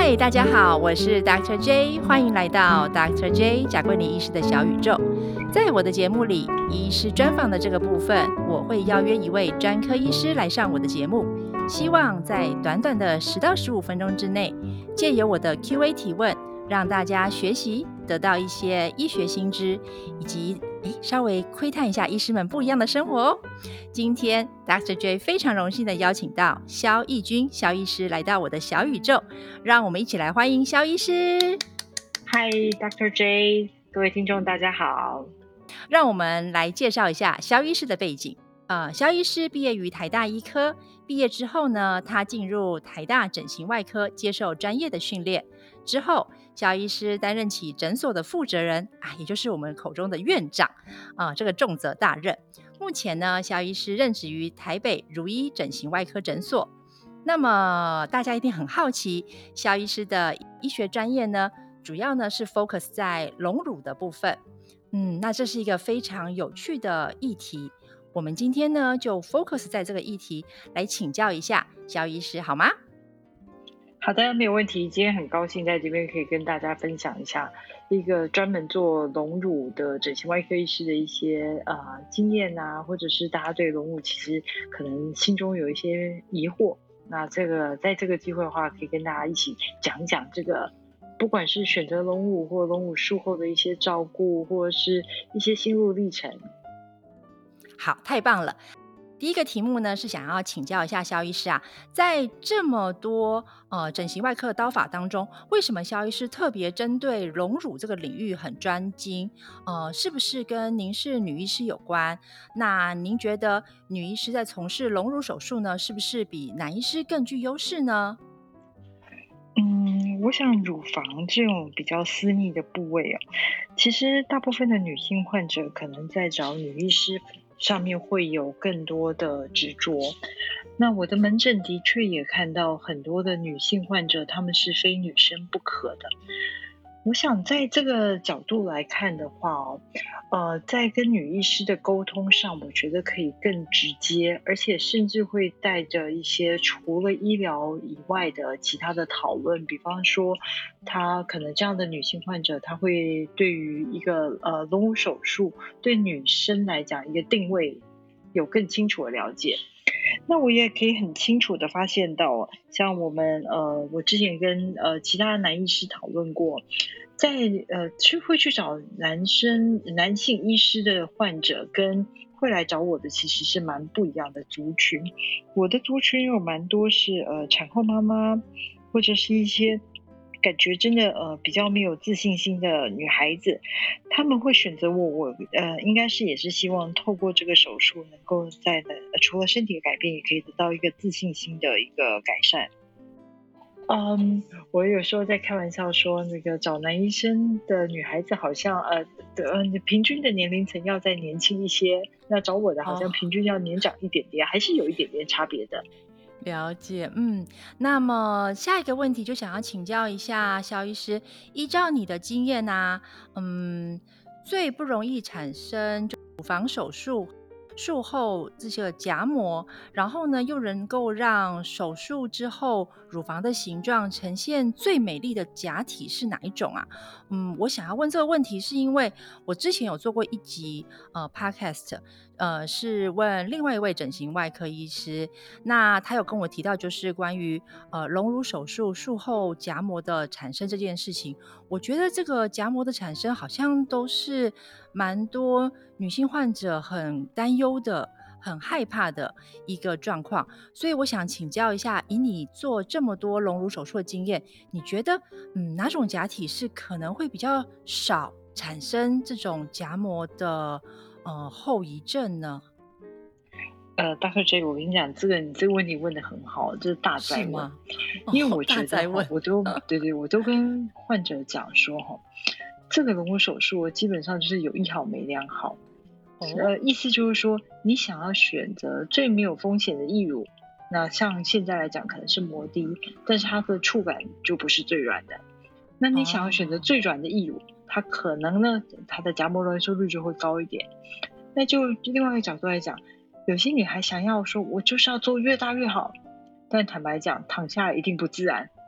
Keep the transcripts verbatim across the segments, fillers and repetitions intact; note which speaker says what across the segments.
Speaker 1: 嗨，大家好，我是 doctor J， 欢迎来到 doctor J 贾桂林医师的小宇宙。在我的节目里，医师专访的这个部分，我会邀约一位专科医师来上我的节目，希望在短短的十到十五分钟之内，借由我的 Q A 提问，让大家学习得到一些医学新知，以及诶稍微窥探一下医师们不一样的生活哦。今天 doctor J 非常荣幸的邀请到萧义君萧医师来到我的小宇宙，让我们一起来欢迎萧医师。
Speaker 2: 嗨 doctor J， 各位听众大家好。
Speaker 1: 让我们来介绍一下萧医师的背景。呃，萧医师毕业于台大医科，毕业之后呢，他进入台大整形外科接受专业的训练。之后，萧医师担任起诊所的负责人啊，也就是我们口中的院长啊，这个重责大任。目前呢，萧医师任职于台北如一整形外科诊所。那么大家一定很好奇，萧医师的医学专业呢，主要呢是 focus 在隆乳的部分。嗯，那这是一个非常有趣的议题。我们今天呢就 focus 在这个议题，来请教一下萧医师，好吗？
Speaker 2: 好的，没有问题。今天很高兴在这边可以跟大家分享一下一个专门做隆乳的整形外科医师的一些呃经验啊，或者是大家对隆乳其实可能心中有一些疑惑。那这个在这个机会的话，可以跟大家一起讲讲这个。不管是选择隆乳或隆乳术后的一些照顾，或者是一些心路历程。
Speaker 1: 好，太棒了。第一个题目呢是想要请教一下萧医师啊，在这么多呃整形外科的刀法当中，为什么萧医师特别针对隆乳这个领域很专精？呃，是不是跟您是女医师有关？那您觉得女医师在从事隆乳手术呢，是不是比男医师更具优势呢？
Speaker 2: 嗯，我想乳房这种比较私密的部位啊，其实大部分的女性患者可能在找女医师上面会有更多的执着。那我的门诊的确也看到很多的女性患者，她们是非女生不可的。我想在这个角度来看的话哦，呃，在跟女医师的沟通上，我觉得可以更直接，而且甚至会带着一些除了医疗以外的其他的讨论，比方说，她可能这样的女性患者，她会对于一个呃隆乳手术对女生来讲一个定位有更清楚的了解。那我也可以很清楚的发现到，像我们呃，我之前跟呃其他男医师讨论过，在呃去会去找男生男性医师的患者，跟会来找我的其实是蛮不一样的族群。我的族群有蛮多是呃产后妈妈，或者是一些感觉真的呃比较没有自信心的女孩子，他们会选择我，我呃应该是也是希望透过这个手术，能够在呃除了身体的改变，也可以得到一个自信心的一个改善。嗯，我有时候在开玩笑说，那个找男医生的女孩子好像呃的呃平均的年龄层要再年轻一些，那找我的好像
Speaker 1: 哦，
Speaker 2: 平均要年长一点点，还是有一点点差别的。
Speaker 1: 了解，嗯，那么下一个问题就想要请教一下萧医师，依照你的经验啊，嗯，最不容易产生就乳房手术术后这些夹膜，然后呢又能够让手术之后乳房的形状呈现最美丽的假体是哪一种啊？嗯，我想要问这个问题，是因为我之前有做过一集呃 podcast，呃，是问另外一位整形外科医师，那他有跟我提到，就是关于呃隆乳手术术后夹膜的产生这件事情。我觉得这个夹膜的产生好像都是蛮多女性患者很担忧的、很害怕的一个状况，所以我想请教一下，以你做这么多隆乳手术的经验，你觉得嗯哪种假体是可能会比较少产生这种夹膜的呃后遗症呢？
Speaker 2: 呃，大哥 J，我跟你讲，这个你这个问题问得很好，这是大灾问。
Speaker 1: 是吗？哦，
Speaker 2: 因为我觉得哈，
Speaker 1: 大灾问。
Speaker 2: 我都对对，我都跟患者讲说哈，这个隆乳手术基本上就是有一好没两好。
Speaker 1: 哦，
Speaker 2: 呃，意思就是说，你想要选择最没有风险的义乳，那像现在来讲可能是摩的，但是它的触感就不是最软的。那你想要选择
Speaker 1: 哦，
Speaker 2: 最软的义乳，它可能呢，它的夹膜容收率就会高一点。那就另外一个角度来讲，有些女孩想要说，我就是要做越大越好，但坦白讲，躺下来一定不自然。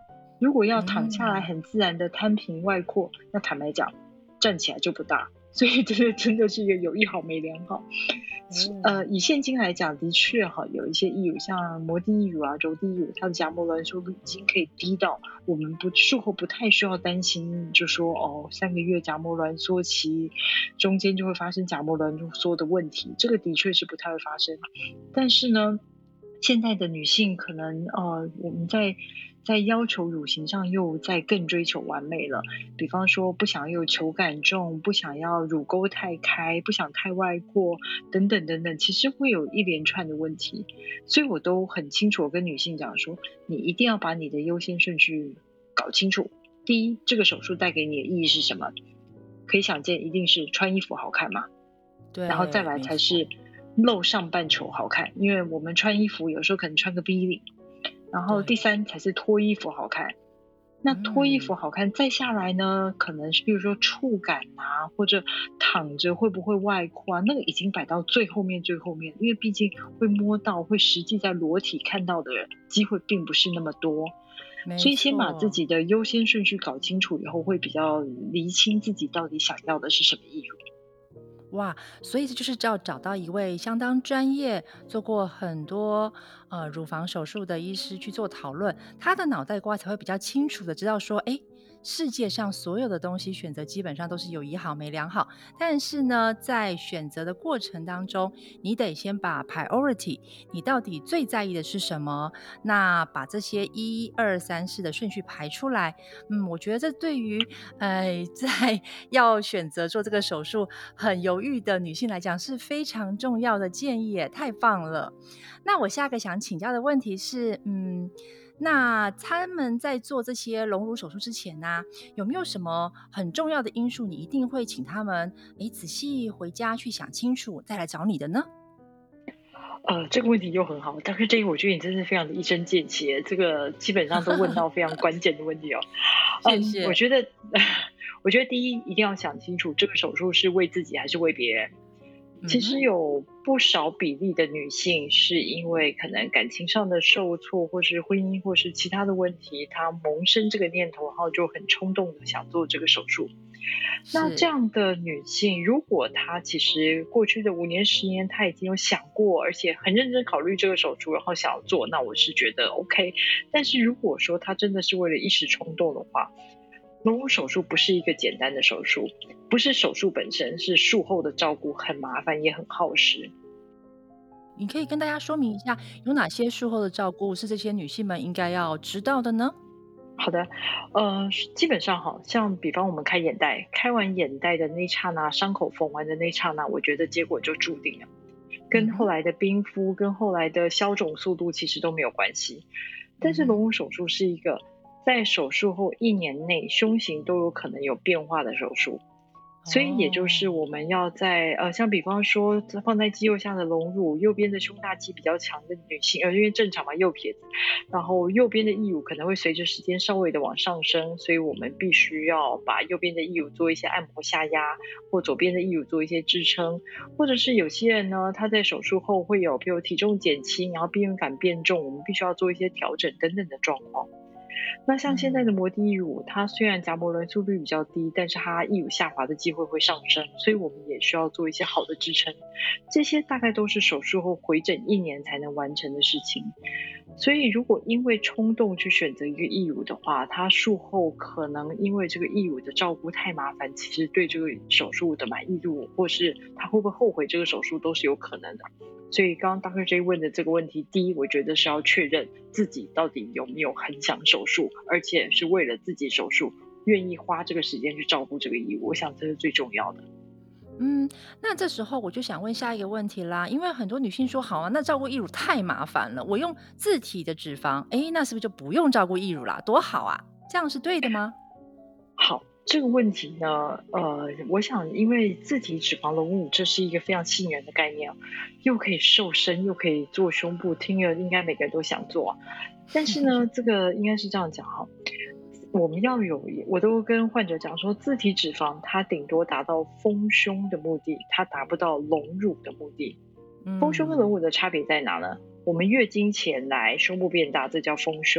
Speaker 2: 如果要躺下来
Speaker 1: 嗯，
Speaker 2: 很自然的摊平外扩，那坦白讲，站起来就不大。所以这个真的是一个有一好没两好。
Speaker 1: 哦，
Speaker 2: 呃，以现今来讲，的确哈，有一些义乳，像摩的义乳啊、柔的义乳，它的夹膜挛缩率已经可以低到我们不术后不太需要担心，就说哦，三个月夹膜挛缩期中间就会发生夹膜挛缩的问题，这个的确是不太会发生。但是呢，现在的女性可能呃，我们在在要求乳型上又在更追求完美了，比方说不想有球感重，不想要乳沟太开，不想太外扩，等等等等，其实会有一连串的问题。所以我都很清楚，我跟女性讲说，你一定要把你的优先顺序搞清楚。第一，这个手术带给你的意义是什么？可以想见，一定是穿衣服好看嘛。然后再
Speaker 1: 对，
Speaker 2: 来
Speaker 1: 没错，
Speaker 2: 才是露上半球好看，因为我们穿衣服有时候可能穿个 V 领，然后第
Speaker 1: 对，
Speaker 2: 三才是脱衣服好看。那脱衣服
Speaker 1: 嗯，
Speaker 2: 好看，再下来呢，可能是比如说触感啊，或者躺着会不会外扩啊，那个已经摆到最后面最后面，因为毕竟会摸到，会实际在裸体看到的人机会并不是那么多，
Speaker 1: 没
Speaker 2: 所以先把自
Speaker 1: 错。
Speaker 2: 己的优先顺序搞清楚以后，会比较厘清自己到底想要的是什么义乳。
Speaker 1: 哇，所以这就是要找到一位相当专业、做过很多呃乳房手术的医师去做讨论，他的脑袋瓜才会比较清楚的知道说，哎，世界上所有的东西选择基本上都是有一好没两好，但是呢，在选择的过程当中，你得先把 priority，你到底最在意的是什么？那把这些一二三四的顺序排出来，嗯，我觉得这对于呃在要选择做这个手术很犹豫的女性来讲是非常重要的建议耶，太棒了。那我下个想请教的问题是，嗯，那他们在做这些隆乳手术之前呢、有没有什么很重要的因素，你一定会请他们诶仔细回家去想清楚，再来找你的呢？
Speaker 2: 呃，这个问题又很好，但是这个我觉得你真是非常的一针见血，这个基本上都问到非常关键的问题哦。嗯，我
Speaker 1: 谢谢。
Speaker 2: 觉得，我觉得第一一定要想清楚，这个手术是为自己还是为别人。其实
Speaker 1: 嗯哼，
Speaker 2: 有不少比例的女性是因为可能感情上的受挫，或是婚姻，或是其他的问题，她萌生这个念头，然后就很冲动的想做这个手术。那这
Speaker 1: 是，
Speaker 2: 样的女性，如果她其实过去的五年、十年，她已经有想过，而且很认真考虑这个手术，然后想要做，那我是觉得 OK。但是如果说她真的是为了一时冲动的话，隆乳手术不是一个简单的手术，不是手术本身，是术后的照顾很麻烦也很耗时。
Speaker 1: 你可以跟大家说明一下，有哪些术后的照顾是这些女性们应该要知道的呢？
Speaker 2: 好的，呃，基本上哈，像比方我们开眼袋，开完眼袋的那一刹那，伤口缝完的那一刹那，我觉得结果就注定了，
Speaker 1: 嗯哼，
Speaker 2: 跟后来的冰敷、跟后来的消肿速度其实都没有关系。但是隆
Speaker 1: 嗯哼，
Speaker 2: 乳手术是一个在手术后一年内胸型都有可能有变化的手术，所以也就是
Speaker 1: 哦，
Speaker 2: 我们要在呃，像比方说放在肌肉下的隆乳，右边的胸大肌比较强的女性，呃，因为正常嘛，右撇子，然后右边的义乳可能会随着时间稍微的往上升，所以我们必须要把右边的义乳做一些按摩下压，或左边的义乳做一些支撑，或者是有些人呢，他在手术后会有比如体重减轻，然后边缘感变重，我们必须要做一些调整等等的状况。那像现在的
Speaker 1: 嗯。
Speaker 2: 摩的义乳，它虽然夹膜挛缩率比较低，但是它义乳下滑的机会会上升，所以我们也需要做一些好的支撑。这些大概都是手术后回诊一年才能完成的事情。所以如果因为冲动去选择一个义乳的话，它术后可能因为这个义乳的照顾太麻烦，其实对这个手术的满意度，或是他会不会后悔这个手术都是有可能的。所以刚刚 doctor J 问的这个问题，第一，我觉得是要确认自己到底有没有很想手术，而且是为了自己手术，愿意花这个时间去照顾这个义务，我想这是最重要的。
Speaker 1: 嗯，那这时候我就想问下一个问题啦，因为很多女性说好啊，那照顾义乳太麻烦了，我用自体的脂肪，诶，那是不是就不用照顾义乳啦？多好啊，这样是对的吗？
Speaker 2: 好，这个问题呢，呃，我想因为自体脂肪隆乳这是一个非常吸引人的概念，又可以瘦身，又可以做胸部，听了应该每个人都想做。但是呢，这个应该是这样讲哈，我们要有，我都跟患者讲说，自体脂肪它顶多达到丰胸的目的，它达不到隆乳的目的。丰胸跟隆
Speaker 1: 嗯，
Speaker 2: 乳的差别在哪呢？我们月经前来胸部变大，这叫丰胸。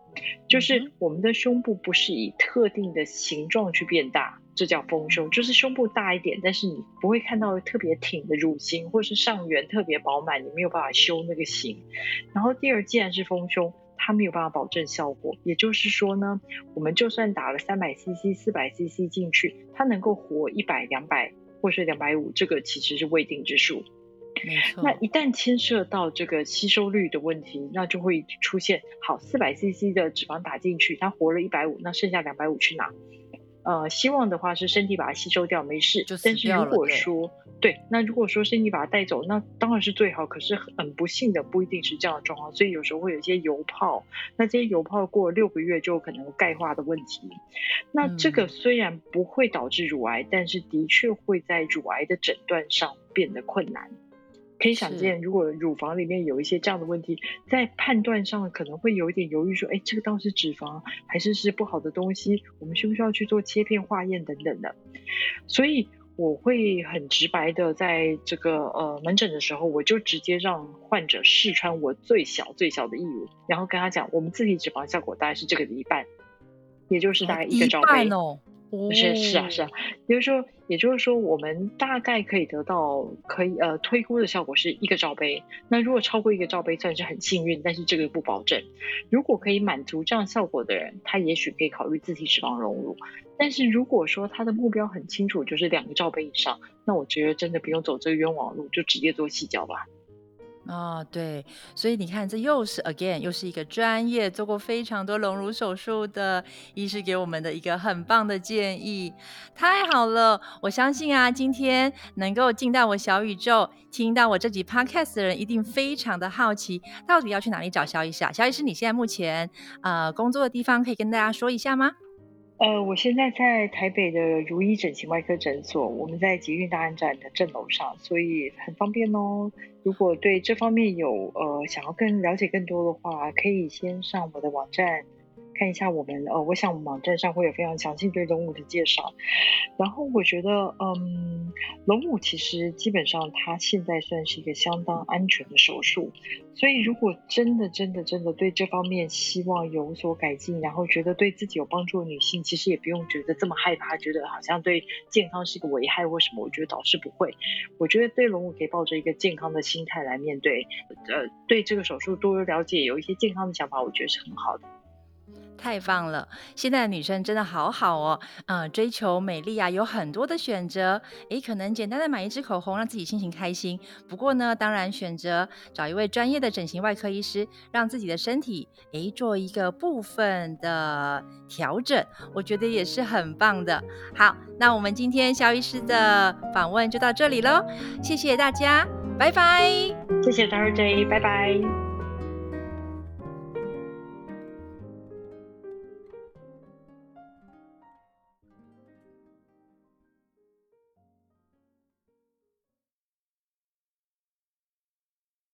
Speaker 2: 就是我们的胸部不是以特定的形状去变大，这叫丰胸，就是胸部大一点，但是你不会看到特别挺的乳型，或是上缘特别饱满，你没有办法修那个型。然后第二，既然是丰胸，它没有办法保证效果，也就是说呢，我们就算打了三百 C C、四百 C C 进去，它能够活一百、两百或是两百五，这个其实是未定之数。
Speaker 1: 没错。
Speaker 2: 那一旦牵涉到这个吸收率的问题，那就会出现，好 ,四百 C C 的脂肪打进去，它活了一百五，那剩下两百五去哪？呃，希望的话是身体把它吸收掉，没事。
Speaker 1: 就死
Speaker 2: 但是如
Speaker 1: 掉了对
Speaker 2: 果说对，那如果说身体把它带走，那当然是最好。可是很不幸的，不一定是这样的状况，所以有时候会有一些油泡。那这些油泡过了六个月就有可能有钙化的问题。那这个
Speaker 1: 嗯，
Speaker 2: 虽然不会导致乳癌，但是的确会在乳癌的诊断上变得困难。可以想
Speaker 1: 是，
Speaker 2: 见，如果乳房里面有一些这样的问题，在判断上可能会有一点犹豫，说，哎，这个到底是脂肪还是是不好的东西？我们需不需要去做切片化验等等的？所以我会很直白的在这个呃门诊的时候，我就直接让患者试穿我最小最小的义乳，然后跟他讲，我们自体脂肪效果大概是这个的一半，也就是大
Speaker 1: 哦，
Speaker 2: 概一个
Speaker 1: 一
Speaker 2: 罩杯。
Speaker 1: 半哦，
Speaker 2: 是是啊是啊，
Speaker 1: 哦，
Speaker 2: 也就是说，也就是说，我们大概可以得到可以呃推估的效果是一个罩杯。那如果超过一个罩杯，算是很幸运，但是这个不保证。如果可以满足这样效果的人，他也许可以考虑自体脂肪溶乳。但是如果说他的目标很清楚，就是两个罩杯以上，那我觉得真的不用走这个冤枉路，就直接做细胶吧。
Speaker 1: 哦，对，所以你看，这又是 again 又是一个专业做过非常多隆乳手术的医师给我们的一个很棒的建议，太好了！我相信啊，今天能够进到我小宇宙，听到我这集 podcast 的人，一定非常的好奇，到底要去哪里找肖医师啊？肖医师，你现在目前呃工作的地方可以跟大家说一下吗？
Speaker 2: 呃，我现在在台北的如一整形外科诊所，我们在捷运大安站的正楼上，所以很方便哦。如果对这方面有呃想要更了解更多的话，可以先上我的网站看一下我们呃，我想我们网站上会有非常详细对隆乳的介绍。然后我觉得，嗯，隆乳其实基本上它现在算是一个相当安全的手术，所以如果真的真的真的对这方面希望有所改进，然后觉得对自己有帮助的女性，其实也不用觉得这么害怕，觉得好像对健康是一个危害或什么，我觉得倒是不会。我觉得对隆乳可以抱着一个健康的心态来面对，呃，对这个手术多了解，有一些健康的想法，我觉得是很好的。
Speaker 1: 太棒了！现在的女生真的好好哦，呃，追求美丽啊，有很多的选择。诶，可能简单的买一支口红，让自己心情开心。不过呢，当然选择找一位专业的整形外科医师，让自己的身体诶做一个部分的调整，我觉得也是很棒的。好，那我们今天肖医师的访问就到这里喽，谢谢大家，拜拜。
Speaker 2: 谢谢 d r J，拜拜。